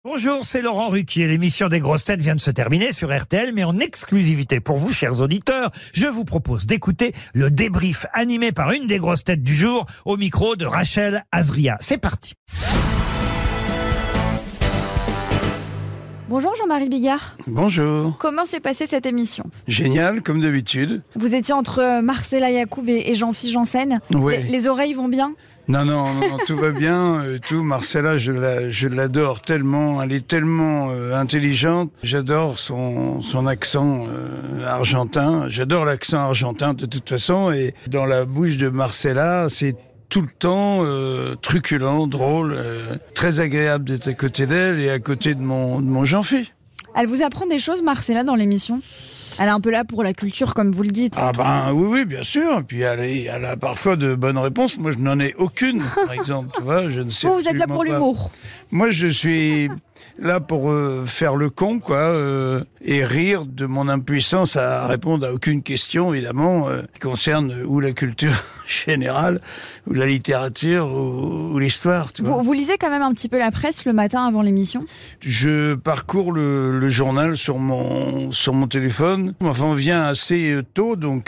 Bonjour, c'est Laurent Ruquier. L'émission des grosses têtes vient de se terminer sur RTL, mais en exclusivité pour vous, chers auditeurs, je vous propose d'écouter le débrief animé par une des grosses têtes du jour au micro de Rachel Azria. C'est parti. Bonjour Jean-Marie Bigard. Bonjour. Comment s'est passée cette émission? Génial, comme d'habitude. Vous étiez entre Marcella Yacoub et Jean-Philippe Janssen. Oui. Les oreilles vont bien? Non, tout va bien. Marcella, je l'adore tellement. Elle est tellement intelligente. J'adore son accent argentin. J'adore l'accent argentin de toute façon. Et dans la bouche de Marcella, c'est tout le temps truculent, drôle, très agréable d'être à côté d'elle et à côté de mon Jean-Philippe. Elle vous apprend des choses, Marcella, dans l'émission? Elle est un peu là pour la culture, comme vous le dites. Ah ben oui, bien sûr. Et puis elle a parfois de bonnes réponses. Moi, je n'en ai aucune, par exemple. Tu vois, je ne sais. Vous êtes là pour l'humour. Moi, je suis là pour faire le con, quoi, et rire de mon impuissance à répondre à aucune question, évidemment, qui concerne ou la culture générale, ou la littérature, ou l'histoire. Tu vois. Vous lisez quand même un petit peu la presse le matin avant l'émission? Je parcours le journal sur mon téléphone. Enfin, on vient assez tôt, donc...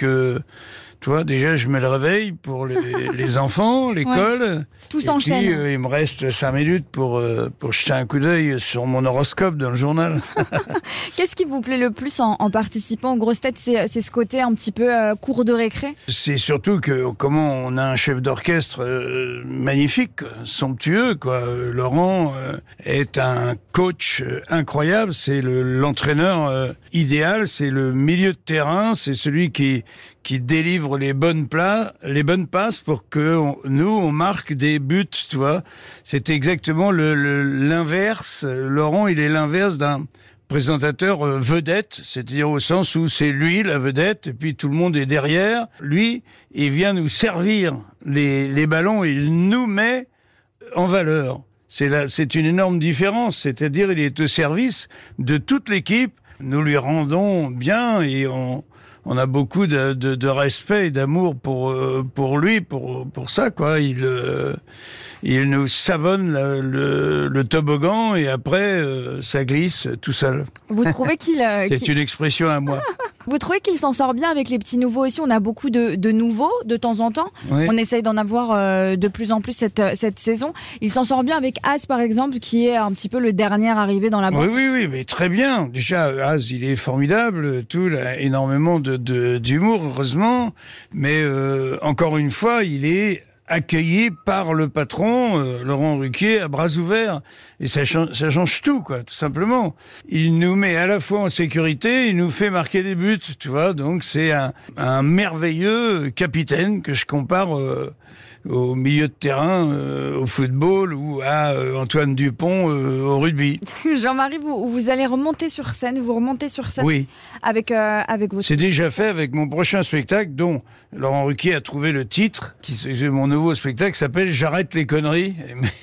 Tu vois, déjà, je mets le réveil pour les enfants, l'école. Ouais. Tout s'enchaîne. Et puis, il me reste 5 minutes pour jeter un coup d'œil sur mon horoscope dans le journal. Qu'est-ce qui vous plaît le plus en participant aux grosses têtes? C'est ce côté un petit peu cours de récré? C'est surtout comment on a un chef d'orchestre magnifique, somptueux, quoi. Laurent est un coach incroyable. C'est l'entraîneur idéal. C'est le milieu de terrain. C'est celui qui délivre les bonnes passes pour que on marque des buts, tu vois. C'est exactement l'inverse. Laurent, il est l'inverse d'un présentateur vedette, c'est-à-dire au sens où c'est lui la vedette et puis tout le monde est derrière. Lui, il vient nous servir les ballons et il nous met en valeur. C'est une énorme différence, c'est-à-dire il est au service de toute l'équipe. Nous lui rendons bien et on a beaucoup de respect et d'amour pour lui, pour ça, quoi. Il nous savonne le toboggan et après, ça glisse tout seul. Vous trouvez C'est une expression à moi. Vous trouvez qu'il s'en sort bien avec les petits nouveaux aussi? On a beaucoup de nouveaux de temps en temps. Oui. On essaye d'en avoir de plus en plus cette saison. Il s'en sort bien avec Az, par exemple, qui est un petit peu le dernier arrivé dans la bande. Oui, mais très bien. Déjà, Az, il est formidable. Il a énormément d'humour, heureusement. Mais encore une fois, il est accueilli par le patron, Laurent Ruquier, à bras ouverts. Et ça change tout, quoi, tout simplement. Il nous met à la fois en sécurité, il nous fait marquer des buts, tu vois. Donc c'est un merveilleux capitaine que je compare au milieu de terrain, au football ou à Antoine Dupont au rugby. Jean-Marie, vous allez remonter sur scène, oui. avec votre... C'est déjà fait avec mon prochain spectacle dont Laurent Ruquier a trouvé le titre, mon nouveau spectacle s'appelle J'arrête les conneries.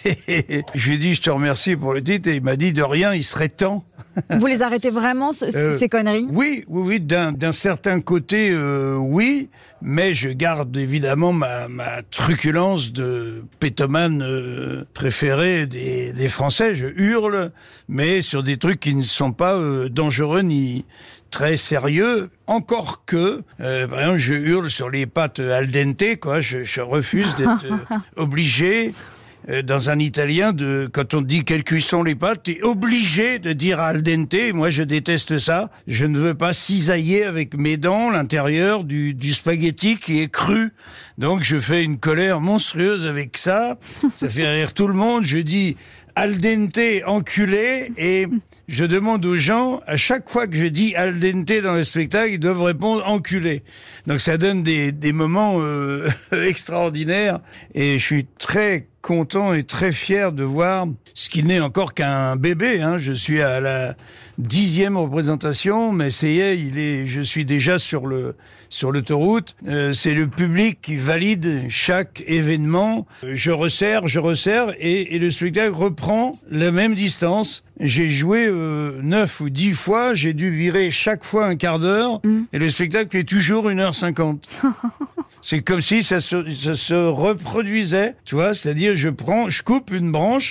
Je lui ai dit je te remercie pour le titre et il m'a dit de rien, il serait temps. Vous les arrêtez vraiment, ces conneries? Oui, d'un certain côté, oui, mais je garde évidemment ma truculence de pétomane préféré des Français. Je hurle, mais sur des trucs qui ne sont pas dangereux ni très sérieux. Encore que, par exemple, je hurle sur les pâtes al dente, quoi. Je refuse d'être obligé... dans un italien, quand on dit quelle cuisson les pâtes, t'es obligé de dire al dente. Moi, je déteste ça. Je ne veux pas cisailler avec mes dents l'intérieur du spaghetti qui est cru. Donc, je fais une colère monstrueuse avec ça. Ça fait rire tout le monde. Je dis al dente enculé et je demande aux gens, à chaque fois que je dis al dente dans le spectacle, ils doivent répondre enculé. Donc, ça donne des moments extraordinaires et je suis très content et très fier de voir ce qui n'est encore qu'un bébé. Je suis à la 10e représentation, mais je suis déjà sur l'autoroute. C'est le public qui valide chaque événement. Je resserre et le spectacle reprend la même distance. J'ai joué 9 ou 10 fois, j'ai dû virer chaque fois un quart d'heure et le spectacle fait toujours 1h50. C'est comme si ça se reproduisait, tu vois, c'est-à-dire je coupe une branche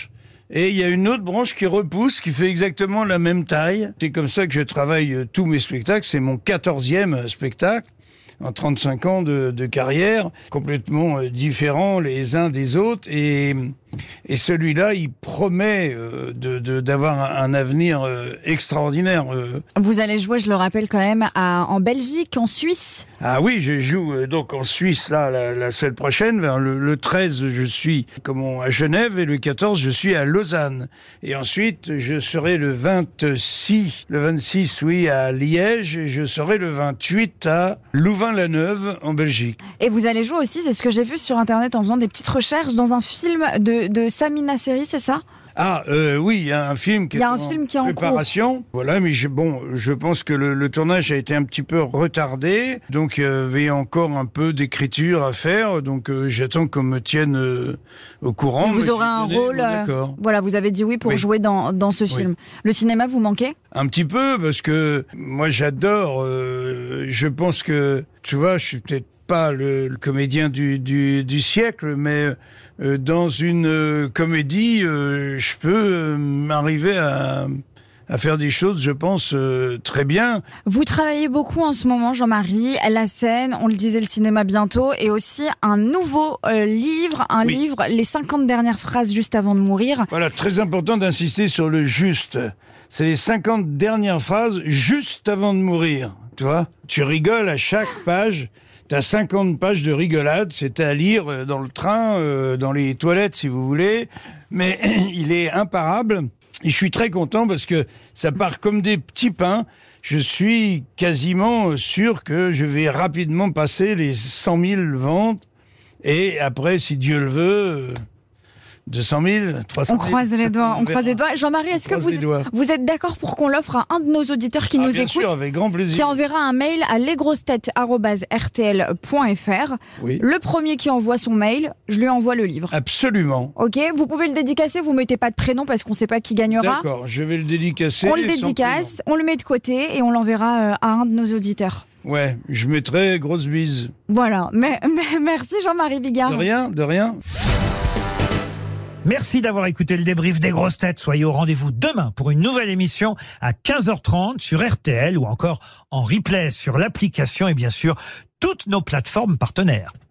Et il y a une autre branche qui repousse, qui fait exactement la même taille. C'est comme ça que je travaille tous mes spectacles. C'est mon 14e spectacle. En 35 ans de carrière, complètement différents les uns des autres. Et celui-là, il promet d'avoir un avenir extraordinaire. Vous allez jouer, je le rappelle quand même, en Belgique, en Suisse. Ah oui, je joue donc en Suisse là la semaine prochaine. Vers le 13, je suis à Genève et le 14, je suis à Lausanne. Et ensuite, je serai le 26, oui, à Liège. Et je serai le 28 à Louvain-la-Neuve en Belgique. Et vous allez jouer aussi, c'est ce que j'ai vu sur Internet en faisant des petites recherches, dans un film de Samina Seri, c'est ça ? Oui, il y a un film qui est en préparation. Voilà, mais je pense que le tournage a été un petit peu retardé, donc il y avait encore un peu d'écriture à faire, donc j'attends qu'on me tienne au courant. Mais vous aurez un rôle. Voilà, vous avez dit oui pour jouer dans ce film. Le cinéma vous manquait ? Un petit peu, parce que moi j'adore. Je pense que, tu vois, je suis peut-être pas le comédien du siècle, mais dans une comédie, je peux m'arriver à faire des choses, je pense, très bien. Vous travaillez beaucoup en ce moment, Jean-Marie, la scène, on le disait, le cinéma bientôt, et aussi un nouveau livre, livre, les 50 dernières phrases juste avant de mourir. Voilà, très important d'insister sur le juste. C'est les 50 dernières phrases juste avant de mourir, tu vois. Tu rigoles à chaque page. T'as 50 pages de rigolade, c'est à lire dans le train, dans les toilettes si vous voulez, mais il est imparable. Et je suis très content parce que ça part comme des petits pains. Je suis quasiment sûr que je vais rapidement passer les 100 000 ventes. Et après, si Dieu le veut, 200 000, 300 000. On croise les doigts, Jean-Marie, est-ce que vous êtes d'accord pour qu'on l'offre à un de nos auditeurs qui nous écoute, bien sûr, avec grand plaisir, qui enverra un mail à lesgrossetêtes@rtl.fr. Oui. Le premier qui envoie son mail, je lui envoie le livre. Absolument. Ok, vous pouvez le dédicacer, vous mettez pas de prénom parce qu'on sait pas qui gagnera. D'accord, je vais le dédicacer. On le dédicace, on le met de côté et on l'enverra à un de nos auditeurs. Ouais, je mettrai grosse bise. Voilà, mais merci Jean-Marie Bigard. De rien. Merci d'avoir écouté le débrief des grosses têtes. Soyez au rendez-vous demain pour une nouvelle émission à 15h30 sur RTL ou encore en replay sur l'application et bien sûr toutes nos plateformes partenaires.